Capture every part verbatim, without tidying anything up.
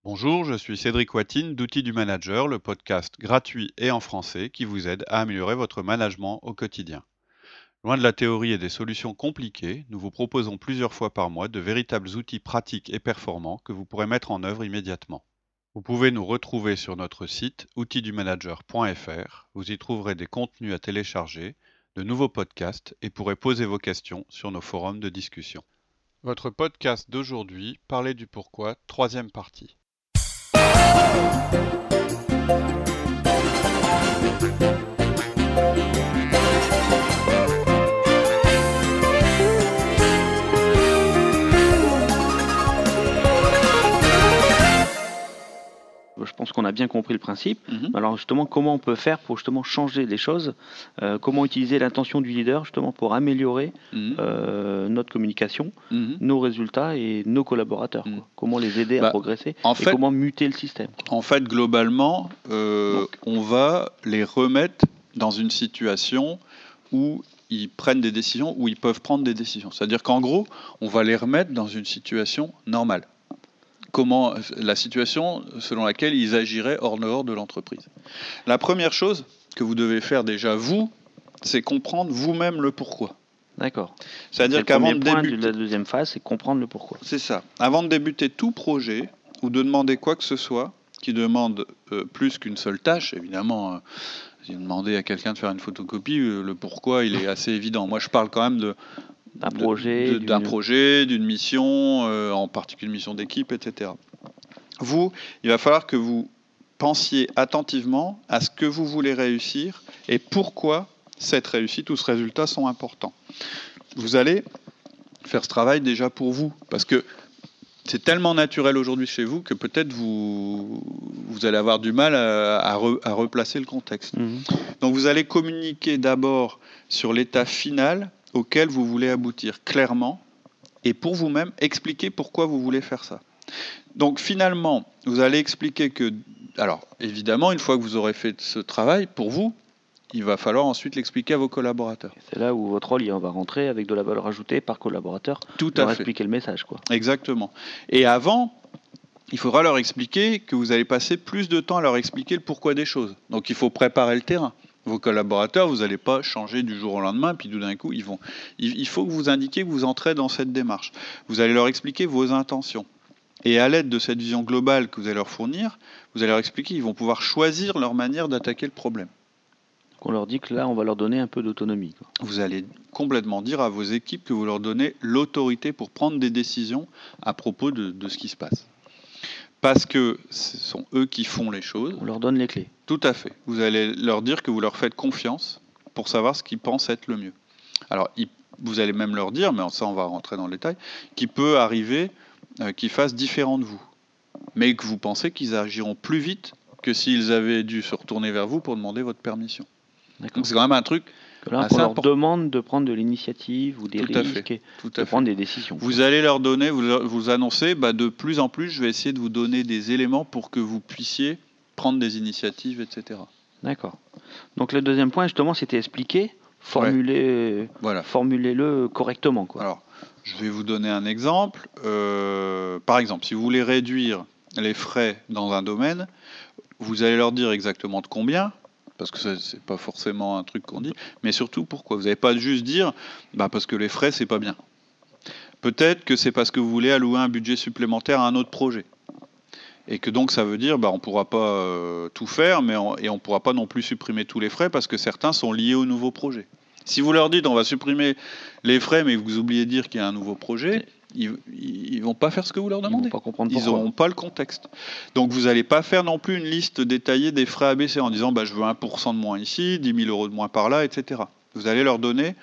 Bonjour, je suis Cédric Watine d'Outils du Manager, le podcast gratuit et en français qui vous aide à améliorer votre management au quotidien. Loin de la théorie et des solutions compliquées, nous vous proposons plusieurs fois par mois de véritables outils pratiques et performants que vous pourrez mettre en œuvre immédiatement. Vous pouvez nous retrouver sur notre site outils du manager point f r. Vous y trouverez des contenus à télécharger, de nouveaux podcasts et pourrez poser vos questions sur nos forums de discussion. Votre podcast d'aujourd'hui, Parler du pourquoi, troisième partie. Je pense qu'on a bien compris le principe. Mhm. Alors justement, comment on peut faire pour justement changer les choses euh, Comment utiliser l'intention du leader justement pour améliorer Mhm. euh, notre communication, Mhm. nos résultats et nos collaborateurs. Mhm. Quoi. Comment les aider Bah, à progresser en et fait- comment muter le système. quoi. En fait, globalement, euh, Donc- on va les remettre dans une situation où ils prennent des décisions, où ils peuvent prendre des décisions. C'est-à-dire qu'en gros, on va les remettre dans une situation normale. Comment la situation selon laquelle ils agiraient hors dehors de l'entreprise. La première chose que vous devez faire déjà vous, c'est comprendre vous-même le pourquoi. D'accord. C'est-à-dire C'est le qu'avant premier de point débuter, de la deuxième phase, c'est comprendre le pourquoi. c'est ça. Avant de débuter tout projet ou de demander quoi que ce soit qui demande euh, plus qu'une seule tâche, évidemment, euh, si vous demandez à quelqu'un de faire une photocopie, euh, le pourquoi il est assez évident. Moi, je parle quand même de D'un de- projet, de- d'une- d'un projet, d'une mission, euh, en particulier une mission d'équipe, et cetera. Vous, il va falloir que vous pensiez attentivement à ce que vous voulez réussir et pourquoi cette réussite ou ce résultat sont importants. Vous allez faire ce travail déjà pour vous, parce que c'est tellement naturel aujourd'hui chez vous que peut-être vous, vous allez avoir du mal à, à re- à replacer le contexte. Mhm. Donc vous allez communiquer d'abord sur l'état final auquel vous voulez aboutir clairement et pour vous-même expliquer pourquoi vous voulez faire ça. Donc finalement, vous allez expliquer que, alors évidemment, une fois que vous aurez fait ce travail pour vous, il va falloir ensuite l'expliquer à vos collaborateurs. C'est là où votre rôle il va rentrer avec de la valeur ajoutée par collaborateur. Tout Leur à fait. expliquer le message. Quoi. Exactement. Et avant, il faudra leur expliquer que vous allez passer plus de temps à leur expliquer le pourquoi des choses. Donc il faut préparer le terrain. Vos collaborateurs, vous n'allez pas changer du jour au lendemain, puis tout d'un coup, ils vont. Il il faut que vous indiquiez que vous entrez dans cette démarche. Vous allez leur expliquer vos intentions. Et à l'aide de cette vision globale que vous allez leur fournir, vous allez leur expliquer qu'ils vont pouvoir choisir leur manière d'attaquer le problème. On leur dit que là, on va leur donner un peu d'autonomie. Quoi. Vous allez complètement dire à vos équipes que vous leur donnez l'autorité pour prendre des décisions à propos de, de ce qui se passe. Parce que ce sont eux qui font les choses. On leur donne les clés. Tout à fait. Vous allez leur dire que vous leur faites confiance pour savoir ce qu'ils pensent être le mieux. Alors, ils- vous allez même leur dire, mais ça on va rentrer dans le détail, qu'il peut arriver euh, qu'ils fassent différent de vous. Mais que vous pensez qu'ils agiront plus vite que s'ils avaient dû se retourner vers vous pour demander votre permission. D'accord. Donc c'est quand même un truc Que là, assez on leur important. demande de prendre de l'initiative ou des Tout à risques fait. et Tout de à fait. prendre des décisions. Vous allez leur donner, vous, leur- vous annoncer, bah, de plus en plus, je vais essayer de vous donner des éléments pour que vous puissiez prendre des initiatives, et cetera. D'accord. Donc le deuxième point, justement, c'était expliquer, formuler, Voilà. formulez-le correctement. Quoi. Alors, je vais vous donner un exemple. Euh, par exemple, si vous voulez réduire les frais dans un domaine, vous allez leur dire exactement de combien, parce que ça, c'est pas forcément un truc qu'on dit, mais surtout pourquoi. Vous n'allez pas juste dire, bah parce que les frais c'est pas bien. Peut-être que c'est parce que vous voulez allouer un budget supplémentaire à un autre projet. Et que donc ça veut dire, bah, on ne pourra pas euh, tout faire, mais on, et on ne pourra pas non plus supprimer tous les frais parce que certains sont liés au nouveau projet. Si vous leur dites on va supprimer les frais, mais que vous oubliez de dire qu'il y a un nouveau projet, ils ne vont pas faire ce que vous leur Ils vont demandez. pas comprendre Ils pourquoi. n'auront pas le contexte. Donc vous n'allez pas faire non plus une liste détaillée des frais A B C en disant bah, je veux un pour cent de moins ici, dix mille euros de moins par là, et cetera. Vous allez leur donner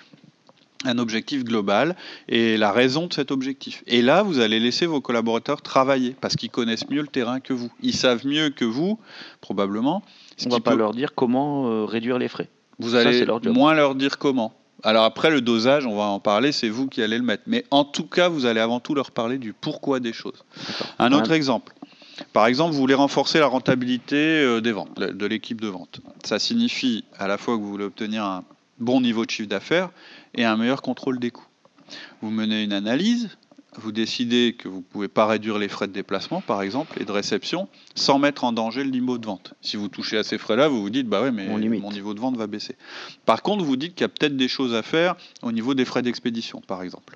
un objectif global et la raison de cet objectif. Et là, vous allez laisser vos collaborateurs travailler parce qu'ils connaissent mieux le terrain que vous. Ils savent mieux que vous, probablement. ce On ne va qui pas peut- leur dire comment euh, réduire les frais. Vous Ça, allez c'est leur job. moins leur dire comment. Alors après, le dosage, on va en parler, c'est vous qui allez le mettre. Mais en tout cas, vous allez avant tout leur parler du pourquoi des choses. D'accord. Un autre Ouais. exemple. Par exemple, vous voulez renforcer la rentabilité euh, des ventes, de de l'équipe de vente. Ça signifie à la fois que vous voulez obtenir un bon niveau de chiffre d'affaires et un meilleur contrôle des coûts. Vous menez une analyse vous décidez que vous ne pouvez pas réduire les frais de déplacement, par exemple, et de réception, sans mettre en danger le niveau de vente. Si vous touchez à ces frais-là, vous vous dites, bah ouais, mais mon niveau de vente va baisser. Par contre, vous dites qu'il y a peut-être des choses à faire au niveau des frais d'expédition, par exemple.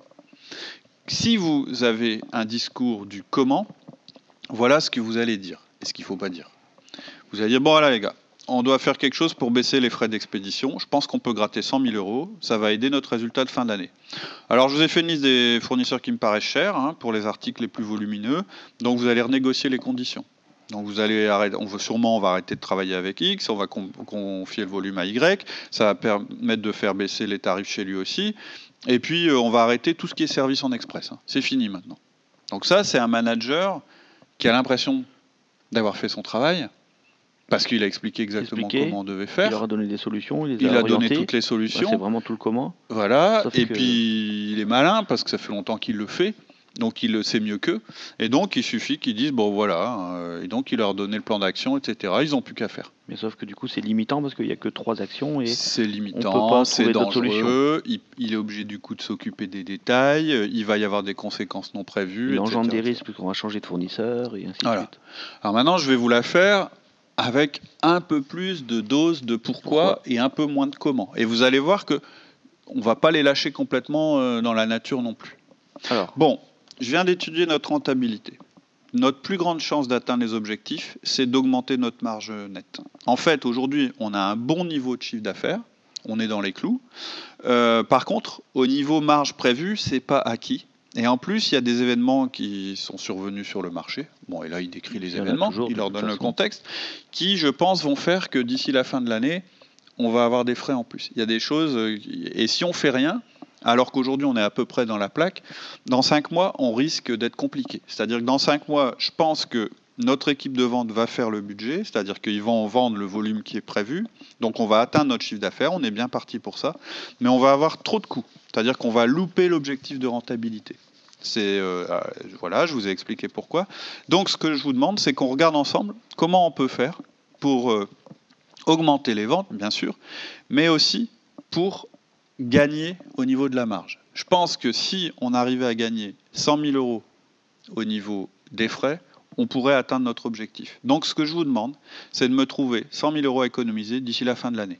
Si vous avez un discours du comment, voilà ce que vous allez dire et ce qu'il ne faut pas dire. Vous allez dire, bon voilà les gars, on doit faire quelque chose pour baisser les frais d'expédition. Je pense qu'on peut gratter cent mille euros. Ça va aider notre résultat de fin d'année. Alors, je vous ai fait une liste des fournisseurs qui me paraissent chers hein, pour les articles les plus volumineux. Donc, vous allez renégocier les conditions. Donc, vous allez arrêter, on veut, sûrement, on va arrêter de travailler avec X. On va confier le volume à Y. Ça va permettre de faire baisser les tarifs chez lui aussi. Et puis, on va arrêter tout ce qui est service en express. Hein. C'est fini maintenant. Donc, ça, c'est un manager qui a l'impression d'avoir fait son travail. Parce qu'il a expliqué exactement expliqué, comment on devait faire. Il leur a donné des solutions. Il, les il a, a donné toutes les solutions. Bah, c'est vraiment tout le comment. Voilà. Sauf et que... puis, il est malin parce que ça fait longtemps qu'il le fait. Donc, il le sait mieux qu'eux. Et donc, il suffit qu'ils disent, bon, voilà. Euh, et donc, il leur a donné le plan d'action, et cetera. Ils n'ont plus qu'à faire. Mais sauf que du coup, c'est limitant parce qu'il n'y a que trois actions. Et c'est limitant, c'est dangereux. Il, il est obligé du coup de s'occuper des détails. Il va y avoir des conséquences non prévues. Il engendre des risques puisqu'on va changer de fournisseur et ainsi voilà. de suite. Alors maintenant, je vais vous la faire avec un peu plus de dose de pourquoi, pourquoi et un peu moins de comment. Et vous allez voir que on va pas les lâcher complètement dans la nature non plus. Alors. Bon, je viens d'étudier notre rentabilité. Notre plus grande chance d'atteindre les objectifs, c'est d'augmenter notre marge nette. En fait, aujourd'hui, on a un bon niveau de chiffre d'affaires, on est dans les clous. Euh, par contre, au niveau marge prévue, c'est pas acquis. Et en plus, il y a des événements qui sont survenus sur le marché. Bon, et là, il décrit les il événements, toujours, il leur donne le contexte, qui, je pense, vont faire que d'ici la fin de l'année, on va avoir des frais en plus. Il y a des choses, et si on fait rien, alors qu'aujourd'hui, on est à peu près dans la plaque, dans cinq mois, on risque d'être compliqué. C'est-à-dire que dans cinq mois, je pense que notre équipe de vente va faire le budget, c'est-à-dire qu'ils vont vendre le volume qui est prévu. Donc, on va atteindre notre chiffre d'affaires, on est bien parti pour ça. Mais on va avoir trop de coûts, c'est-à-dire qu'on va louper l'objectif de rentabilité. C'est euh, voilà, je vous ai expliqué pourquoi. Donc, ce que je vous demande, c'est qu'on regarde ensemble comment on peut faire pour euh, augmenter les ventes, bien sûr, mais aussi pour gagner au niveau de la marge. Je pense que si on arrivait à gagner cent mille euros au niveau des frais, on pourrait atteindre notre objectif. Donc, ce que je vous demande, c'est de me trouver cent mille euros à économiser d'ici la fin de l'année.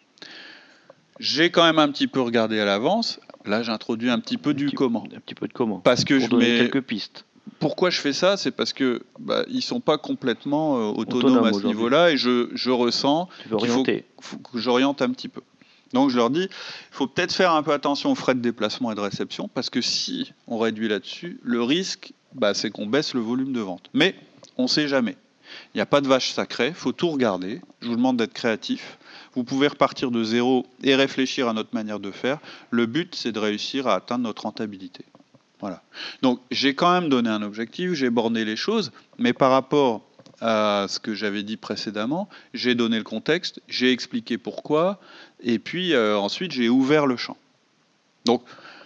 J'ai quand même un petit peu regardé à l'avance. Là, j'introduis un petit peu un du petit, comment. Un petit peu de comment. Parce que pour je donner mets quelques pistes. Pourquoi je fais ça? C'est parce que bah, ils sont pas complètement euh, autonomes Autonome à ce niveau-là, et je, je ressens qu'il faut, faut que j'oriente un petit peu. Donc je leur dis, il faut peut-être faire un peu attention aux frais de déplacement et de réception, parce que si on réduit là-dessus, le risque, bah, c'est qu'on baisse le volume de vente. Mais on ne sait jamais. Il n'y a pas de vache sacrée, il faut tout regarder. Je vous demande d'être créatif. Vous pouvez repartir de zéro et réfléchir à notre manière de faire. Le but, c'est de réussir à atteindre notre rentabilité. Voilà. Donc j'ai quand même donné un objectif, j'ai borné les choses, mais par rapport à ce que j'avais dit précédemment, j'ai donné le contexte, j'ai expliqué pourquoi, et puis euh, ensuite j'ai ouvert le champ. Donc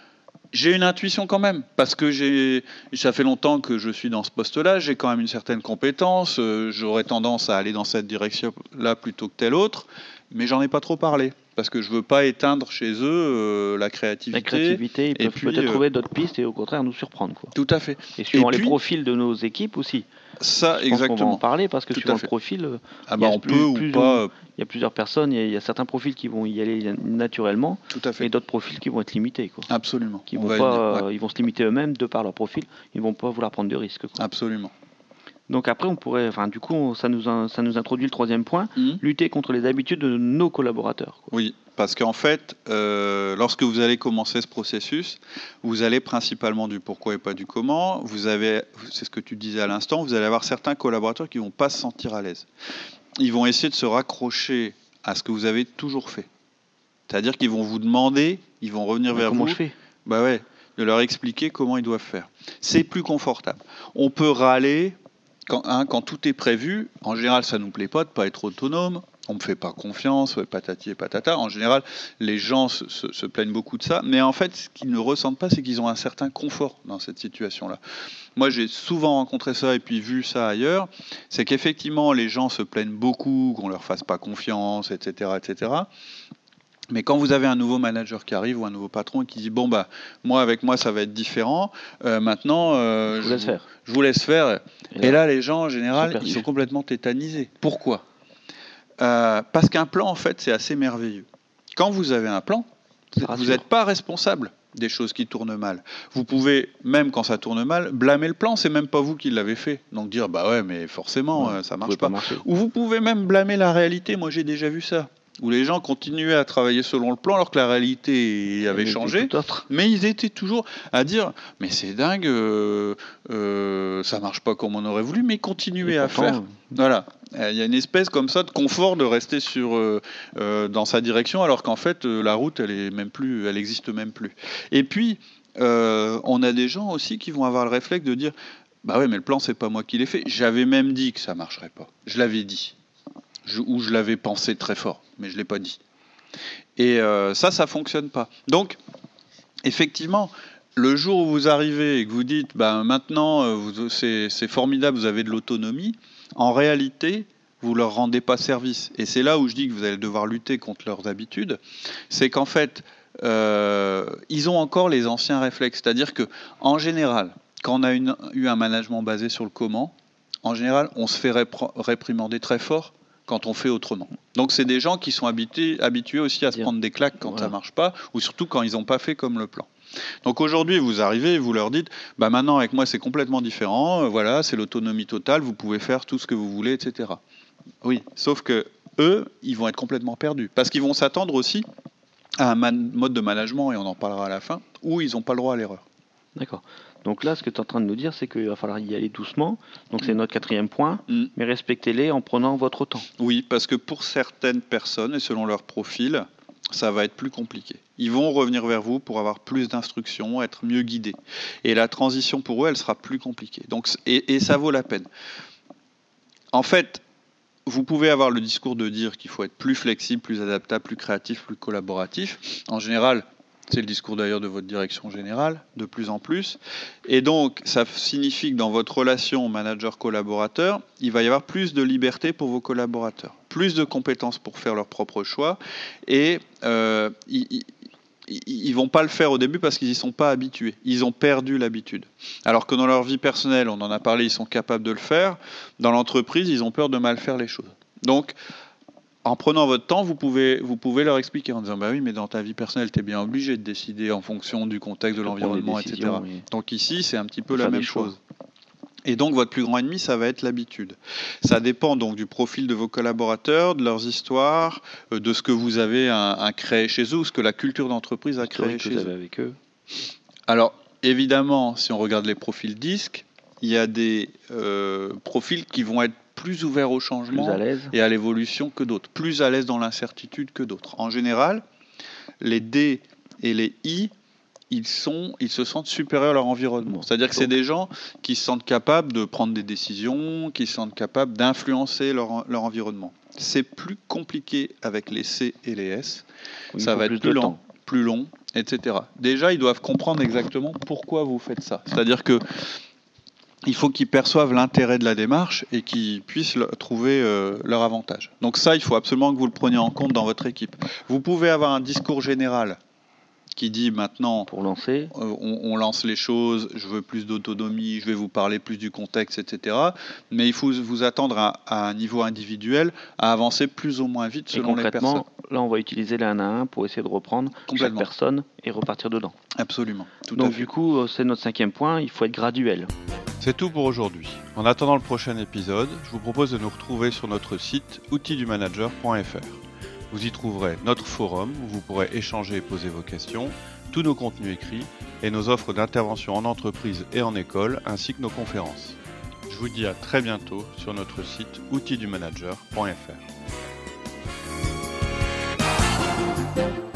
j'ai une intuition quand même, parce que j'ai, ça fait longtemps que je suis dans ce poste-là, j'ai quand même une certaine compétence, euh, j'aurais tendance à aller dans cette direction-là plutôt que telle autre, mais j'en ai pas trop parlé, parce que je veux pas éteindre chez eux euh, la créativité. La créativité, ils peuvent peut-être euh, trouver d'autres pistes et au contraire nous surprendre, quoi. Tout à fait. Et suivant et les puis, profils de nos équipes aussi. Ça, je exactement. Pense qu'on va en parler parce que Tout suivant le profil, ah bah on plus, peut plus ou pas. Il y a plusieurs personnes, il y a, il y a certains profils qui vont y aller naturellement, Tout à fait. et d'autres profils qui vont être limités, quoi. Absolument. Qui vont pas, ouais. Ils vont se limiter eux-mêmes de par leur profil. Ils vont pas vouloir prendre de risques, quoi. Absolument. Donc après, on pourrait, enfin, du coup, ça nous, ça nous introduit le troisième point, mmh. lutter contre les habitudes de nos collaborateurs, quoi. Oui, parce qu'en fait, euh, lorsque vous allez commencer ce processus, vous allez principalement du pourquoi et pas du comment. Vous avez, c'est ce que tu disais à l'instant, vous allez avoir certains collaborateurs qui vont pas se sentir à l'aise. Ils vont essayer de se raccrocher à ce que vous avez toujours fait. C'est-à-dire qu'ils vont vous demander, ils vont revenir bah, vers comment vous. Je fais bah ouais, de leur expliquer comment ils doivent faire. C'est plus confortable. On peut râler. Quand, hein, quand tout est prévu, en général, ça ne nous plaît pas de ne pas être autonome, on ne me fait pas confiance, patati et patata. En général, les gens se, se, se plaignent beaucoup de ça, mais en fait, ce qu'ils ne ressentent pas, c'est qu'ils ont un certain confort dans cette situation-là. Moi, j'ai souvent rencontré ça et puis vu ça ailleurs, c'est qu'effectivement, les gens se plaignent beaucoup, qu'on ne leur fasse pas confiance, et cetera, et cetera. Mais quand vous avez un nouveau manager qui arrive ou un nouveau patron qui dit bon bah moi avec moi ça va être différent, euh, maintenant euh, je, vous laisse je, faire. je vous laisse faire. Et là, Et là les gens en général ils sont, ils sont complètement tétanisés. Pourquoi ? euh, Parce qu'un plan en fait c'est assez merveilleux. Quand vous avez un plan, vous n'êtes pas responsable des choses qui tournent mal. Vous pouvez, même quand ça tourne mal, blâmer le plan, c'est même pas vous qui l'avez fait. Donc dire bah ouais mais forcément ouais, euh, ça marche pas. pas Ou vous pouvez même blâmer la réalité, moi j'ai déjà vu ça. Où les gens continuaient à travailler selon le plan alors que la réalité avait changé, mais ils étaient toujours à dire mais c'est dingue, euh, euh, ça marche pas comme on aurait voulu, mais continuez à faire. Euh... Voilà, il y a une espèce comme ça de confort de rester sur euh, euh, dans sa direction alors qu'en fait euh, la route elle est même plus, elle existe même plus. Et puis euh, on a des gens aussi qui vont avoir le réflexe de dire bah ouais mais le plan c'est pas moi qui l'ai fait. J'avais même dit que ça marcherait pas. Je l'avais dit. Je, ou je l'avais pensé très fort, mais je ne l'ai pas dit. Et euh, ça, ça ne fonctionne pas. Donc, effectivement, le jour où vous arrivez et que vous dites bah, « maintenant, vous, c'est, c'est formidable, vous avez de l'autonomie », en réalité, vous ne leur rendez pas service. Et c'est là où je dis que vous allez devoir lutter contre leurs habitudes. C'est qu'en fait, euh, ils ont encore les anciens réflexes. C'est-à-dire qu'en général, quand on a une, eu un management basé sur le comment, en général, on se fait répr- réprimander très fort quand on fait autrement. Donc c'est des gens qui sont habitués, habitués aussi à se prendre des claques quand voilà. ça ne marche pas, ou surtout quand ils n'ont pas fait comme le plan. Donc aujourd'hui, vous arrivez et vous leur dites bah maintenant avec moi c'est complètement différent, euh, voilà, c'est l'autonomie totale, vous pouvez faire tout ce que vous voulez, et cetera. Oui, sauf que eux, ils vont être complètement perdus, parce qu'ils vont s'attendre aussi à un man- mode de management, et on en parlera à la fin, où ils n'ont pas le droit à l'erreur. D'accord. Donc là, ce que tu es en train de nous dire, c'est qu'il va falloir y aller doucement. Donc c'est notre quatrième point, mmh. mais respectez-les en prenant votre temps. Oui, parce que pour certaines personnes, et selon leur profil, ça va être plus compliqué. Ils vont revenir vers vous pour avoir plus d'instructions, être mieux guidés. Et la transition pour eux, elle sera plus compliquée. Donc, et, et ça vaut la peine. En fait, vous pouvez avoir le discours de dire qu'il faut être plus flexible, plus adaptable, plus créatif, plus collaboratif. En général, c'est le discours d'ailleurs de votre direction générale, de plus en plus. Et donc, ça signifie que dans votre relation manager-collaborateur, il va y avoir plus de liberté pour vos collaborateurs, plus de compétences pour faire leurs propres choix. Et euh, ils ne vont pas le faire au début parce qu'ils n'y sont pas habitués. Ils ont perdu l'habitude. Alors que dans leur vie personnelle, on en a parlé, ils sont capables de le faire. Dans l'entreprise, ils ont peur de mal faire les choses. Donc, en prenant votre temps, vous pouvez, vous pouvez leur expliquer en disant bah oui, mais dans ta vie personnelle, tu es bien obligé de décider en fonction du contexte, de l'environnement, et cetera. Oui. Donc ici, c'est un petit peu la même chose. Et donc, votre plus grand ennemi, ça va être l'habitude. Ça dépend donc du profil de vos collaborateurs, de leurs histoires, de ce que vous avez un, un créé chez eux, ou ce que la culture d'entreprise a créé chez eux. Avec eux. Alors, évidemment, si on regarde les profils disques, il y a des euh, profils qui vont être plus ouverts au changement à et à l'évolution que d'autres, plus à l'aise dans l'incertitude que d'autres. En général, les D et les I, ils, sont, ils se sentent supérieurs à leur environnement. C'est-à-dire que c'est des gens qui se sentent capables de prendre des décisions, qui se sentent capables d'influencer leur, leur environnement. C'est plus compliqué avec les C et les S. Oui, ça va être plus lent, plus long, et cetera. Déjà, ils doivent comprendre exactement pourquoi vous faites ça. C'est-à-dire que il faut qu'ils perçoivent l'intérêt de la démarche et qu'ils puissent le, trouver euh, leur avantage. Donc ça, il faut absolument que vous le preniez en compte dans votre équipe. Vous pouvez avoir un discours général qui dit maintenant, pour lancer, euh, on, on lance les choses, je veux plus d'autonomie, je vais vous parler plus du contexte, et cetera. Mais il faut vous attendre à, à un niveau individuel à avancer plus ou moins vite selon les personnes. Là, on va utiliser l'un à un pour essayer de reprendre chaque personne et repartir dedans. Absolument. Tout Donc à fait. Du coup, c'est notre cinquième point, il faut être graduel. C'est tout pour aujourd'hui. En attendant le prochain épisode, je vous propose de nous retrouver sur notre site outils du manager point f r. Vous y trouverez notre forum où vous pourrez échanger et poser vos questions, tous nos contenus écrits et nos offres d'intervention en entreprise et en école, ainsi que nos conférences. Je vous dis à très bientôt sur notre site outils du manager point f r.